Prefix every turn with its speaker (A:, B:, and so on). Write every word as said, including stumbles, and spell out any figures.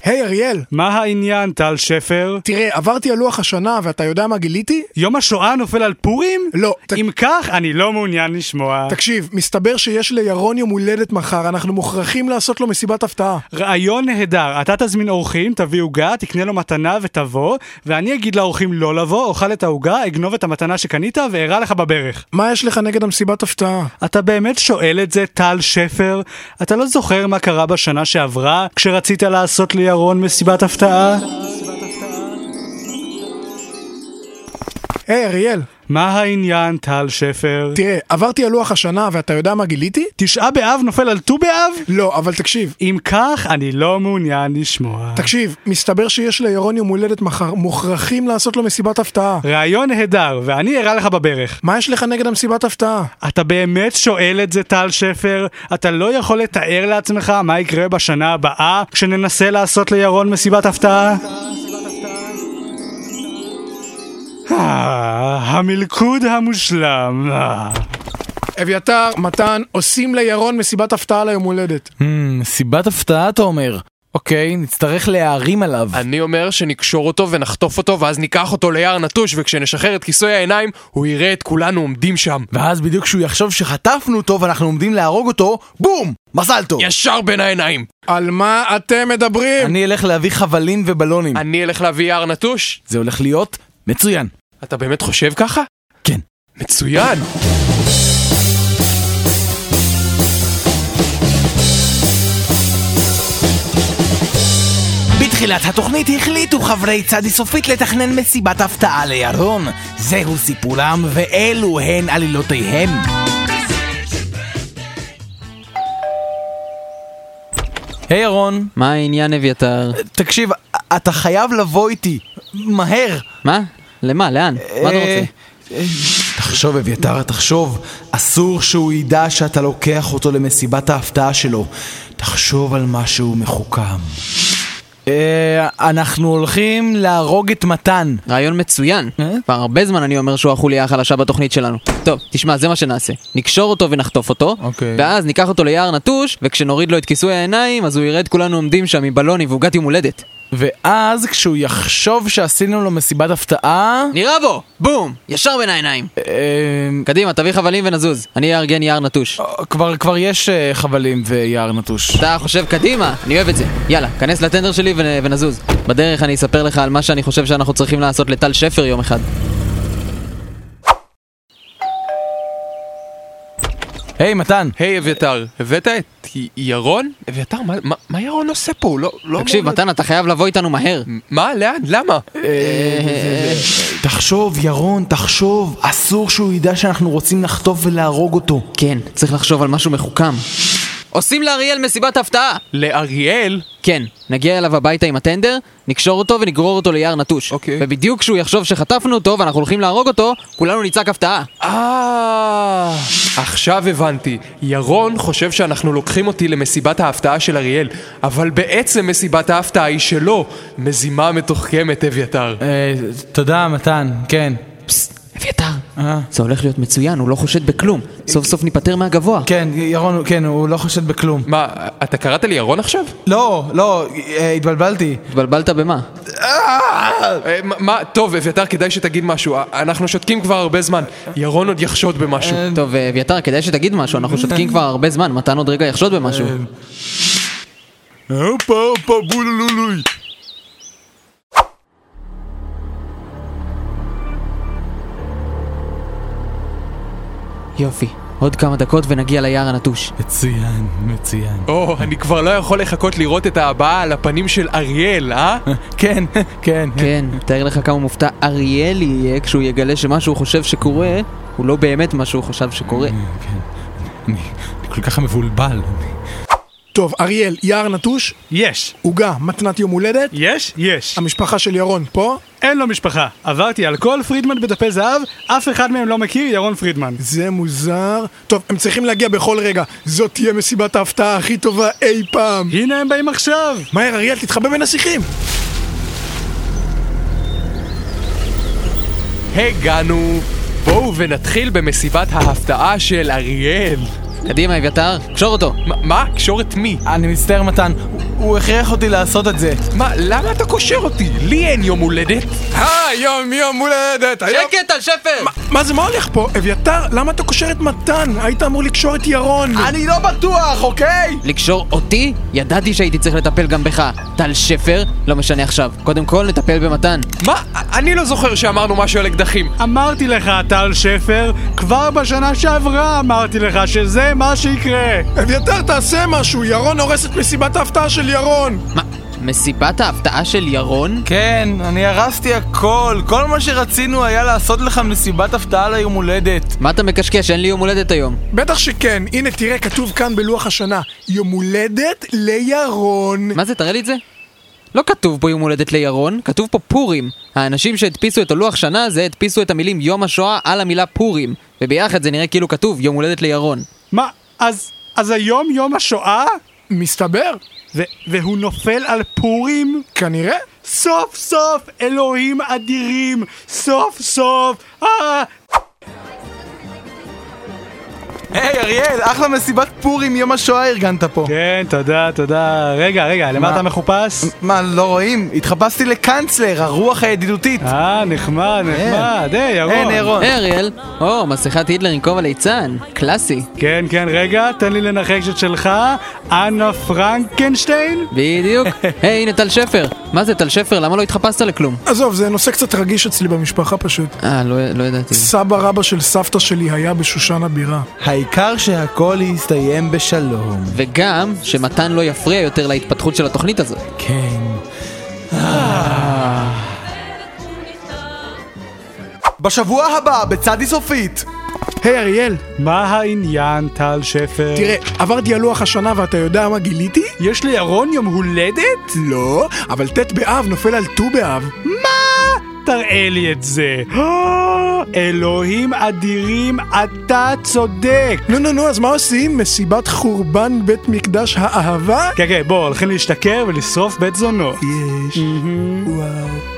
A: היי אריאל.
B: מה העניין, טל שפר?
A: תראה, עברתי על לוח השנה ואתה יודע מה גיליתי?
B: יום השואה נופל על פורים?
A: לא. ת...
B: אם כך, אני לא מעוניין לשמוע.
A: תקשיב, מסתבר שיש לירון יום הולדת מחר, אנחנו מוכרחים לעשות לו מסיבת הפתעה.
B: רעיון נהדר, אתה תזמין אורחים, תביא עוגה, תקנה לו מתנה ותבוא, ואני אגיד לאורחים לא לבוא, אוכל את העוגה, אגנוב את המתנה שקנית ואראה לך בברך.
A: מה יש לך נגד המסיבת הפתעה?
B: אתה באמת שואל את זה, טל שפר? אתה לא זוכר מה קרה בשנה שעברה, כשרצית לעשות לירון מסיבת הפתעה?
A: היי אריאל.
B: מה העניין, טל שפר?
A: תראה, עברתי על לוח השנה ואתה יודע מה גיליתי?
B: תשעה באב נופל על ט"ו באב?
A: לא, אבל תקשיב.
B: אם כך, אני לא מעוניין לשמוע.
A: תקשיב, מסתבר שיש לירון יום הולדת מחר, מוכרחים לעשות לו מסיבת הפתעה.
B: רעיון נהדר, ואני אראה לך בברך.
A: מה יש לך נגד המסיבת הפתעה?
B: אתה באמת שואל את זה, טל שפר? אתה לא יכול לתאר לעצמך מה יקרה בשנה הבאה כשננסה לעשות לירון מסיבת הפתעה? המלכוד המושלם.
A: אביתר, מתן, עושים לירון מסיבת הפתעה ליום הולדת.
C: מסיבת הפתעה אתה אומר? אוקיי, נצטרך להערים עליו.
D: אני אומר שנקשור אותו ונחטוף אותו ואז ניקח אותו ליער נטוש, וכשנשחרר את כיסוי העיניים הוא יראה את כולנו עומדים שם.
C: ואז בדיוק כשהוא יחשוב שחטפנו אותו ואנחנו עומדים להרוג אותו, בום! מזל טוב!
D: ישר בין העיניים.
A: על מה אתם מדברים?
C: אני אלך להביא חבלים ובלונים.
D: אני אלך להביא יער נטוש.
C: זה הולך להיות מצוין.
D: אתה באמת חושב ככה?
C: כן.
D: מצוין.
E: בתחילת התוכנית החליטו חברי צדי סופית לתכנן מסיבת הפתעה לירון. זהו סיפורם ואלו הן עלילותיהם.
C: היי ירון.
F: מה העניין אביתר?
C: תקשיב, אתה חייב לבוא איתי. מהר.
F: מה? למה? לאן? מה אתה רוצה?
C: תחשוב אביתר, תחשוב. אסור שהוא ידע שאתה לוקח אותו למסיבת ההפתעה שלו. תחשוב על משהו מחוכם. אנחנו הולכים להרוג את מתן.
F: רעיון מצוין. כבר הרבה זמן אני אומר שהוא החוליה החלשה בתוכנית שלנו. טוב, תשמע, זה מה שנעשה. נקשור אותו ונחטוף אותו, ואז ניקח אותו ליער נטוש, וכשנוריד לו את כיסוי העיניים, אז הוא ירד כולנו עומדים שם עם בלונים ועוגת יום הולדת.
C: ואז כשהוא יחשוב שעשינו לו מסיבת הפתעה...
F: נראה בו! בום! ישר בין העיניים. קדימה, תביא חבלים ונזוז. אני אארגן יער נטוש.
C: כבר, כבר יש חבלים ויער נטוש.
F: אתה חושב קדימה? אני אוהב את זה. יאללה, כנס לטנדר שלי ונזוז. בדרך אני אספר לך על מה שאני חושב שאנחנו צריכים לעשות לטל שפר יום אחד.
C: היי מתן.
D: היי אביתר, הבאת את ירון? אביתר, מה, מה, מה ירון עושה פה? הוא לא, לא
F: תקשיב, מתן, אתה חייב לבוא איתנו מהר.
D: מה? לאן? למה?
C: תחשוב ירון, תחשוב. אסור שהוא ידע שאנחנו רוצים לחטוף ולהרוג אותו.
F: כן, צריך לחשוב על משהו מחוכם. עושים לאריאל מסיבת הפתעה.
D: לאריאל?
F: כן, נגיע אליו הביתה עם הטנדר, נקשור אותו ונגרור אותו ליער נטוש.
D: אוקיי.
F: ובדיוק כשהוא יחשוב שחטפנו אותו ואנחנו הולכים להרוג אותו, כולנו נצעק הפתעה.
D: אה, עכשיו הבנתי. ירון חושב שאנחנו לוקחים אותי למסיבת ההפתעה של אריאל, אבל בעצם מסיבת ההפתעה היא שלו. מזימה מתוחכמת, אביתר.
C: תודה מתן, כן.
F: פסט, אביתר, זה הולך להיות מצוין, הוא לא חושד בכלום. סוף סוף ניפטר מהגבוה.
C: כן, ירון, כן, הוא לא חושד בכלום.
D: מה, אתה קראת לי ירון עכשיו?
C: לא, לא, התבלבלתי.
F: התבלבלת במה?
D: מה, טוב, אביתר, כדאי שתגיד משהו. אנחנו שותקים כבר הרבה זמן. ירון עוד יחשוד במשהו.
F: טוב, אביתר, כדאי שתגיד משהו. אנחנו שותקים כבר הרבה זמן. מתן עוד רגע יחשוד במשהו.
C: הופה, הופה, בולולולוי.
F: יופי, עוד כמה דקות ונגיע ליער הנטוש.
C: מצוין, מצוין.
D: או, אני כבר לא יכול לחכות לראות את הבאה על הפנים של אריאל, אה?
C: כן, כן.
F: כן, תאר לך כמה מופתע אריאל יהיה כשהוא יגלה שמה שהוא חושב שקורה הוא לא באמת מה שהוא חשב שקורה.
C: כן, אני כל כך מבולבל.
A: טוב, אריאל, יער נטוש?
B: יש.
A: עוגה, מתנת יום הולדת?
B: יש? יש.
A: המשפחה של ירון פה?
B: אין לו משפחה. עברתי על כל פרידמן בדפי זהב, אף אחד מהם לא מכיר ירון פרידמן.
A: זה מוזר. טוב, הם צריכים להגיע בכל רגע. זאת תהיה מסיבת ההפתעה הכי טובה אי פעם.
B: הנה הם באים עכשיו.
A: מהר, אריאל, תתחבא בין השיחים.
D: הגענו. בואו ונתחיל במסיבת ההפתעה של אריאל.
F: קדימה, אביתר, קשור אותו.
D: מה? קשור את מי?
C: אני מצטער מתן, הוא הכריח אותי לעשות את זה.
D: מה, למה אתה קושר אותי? לי אין יום הולדת.
A: היום יום הולדת, היום...
F: שקט על שפר!
A: מה זה, מה הולך פה? אביתר, למה אתה קושר את מתן? היית אמור לקשור את ירון.
C: אני לא בטוח, אוקיי?
F: לקשור אותי? ידעתי שהייתי צריך לטפל גם בך. טל שפר? לא משנה עכשיו. קודם כל נטפל במתן.
D: מה? אני לא זוכר שאמרנו משהו על אקדחים.
B: אמרתי לך, טל שפר, כבר בשנה שעברה אמרתי לך שזה מה שיקרה.
A: אביתר, תעשה משהו, ירון הורס את מסיבת ההפתעה של ירון.
F: מה? מסיבת ההפתעה של ירון?
C: כן, אני הרסתי הכל. כל מה שרצינו היה לעשות לך מסיבת הפתעה ליום הולדת.
F: מה אתה מקשקש? אין לי יום הולדת היום.
A: בטח שכן, הנה תראה, כתוב כאן בלוח השנה, יום הולדת לירון.
F: מה זה? תראה לי את זה. לא כתוב פה יום הולדת לירון, כתוב פה פורים. האנשים שהדפיסו את הלוח שנה זה הדפיסו את המילים יום השואה על המילה פורים, וביחד זה נראה כאילו כתוב יום הולדת לירון.
B: מה? אז, אז היום יום השואה?
A: מסתבר.
B: ו- והוא נופל על פורים?
A: כנראה.
B: סוף סוף, אלוהים אדירים, סוף סוף, אה...
C: היי אריאל, אחלה מסיבת פורים יום השואה ארגנת פה.
B: כן, תודה, תודה. רגע, רגע, למה אתה מחופש?
C: מה, לא רואים? התחפשתי לקנצלר, הרוח הידידותית.
B: אה, נחמד, נחמד. היי, ירון.
C: אין, ירון.
F: היי אריאל, או, מסכת היטלר עם כובע ליצן, קלאסי.
B: כן, כן, רגע, תן לי לנחש את שלך. אנה פרנקנשטיין?
F: בדיוק. היי, הנה טל שפר. מה זה טל שפר? למה לא התחפשת לכלום?
A: עזוב, זה נושא קצת רגיש אצלי במשפחה פשוט.
F: אה, לא, לא ידעתי.
A: סבא רבא של סבתא שלי היה בשושן הבירה.
C: העיקר שהכל יסתיים בשלום.
F: וגם שמתן לא יפריע יותר להתפתחות של התוכנית הזאת.
C: כן. בשבוע הבא, בצדי סופית.
A: היי אריאל,
B: מה העניין, טל שפר?
A: תראה, עברתי על לוח השנה ואתה יודע מה גיליתי?
B: יש לירון יום הולדת?
A: לא, אבל ט' באב נופל על ט"ו באב.
B: מה? תראה לי את זה. אלוהים אדירים, אתה צודק.
A: נו נו נו, אז מה עושים? מסיבת חורבן בית מקדש האהבה?
B: כן, כן, בוא, הולכים להשתכר ולשרוף בית זונות.
A: יש. וואו.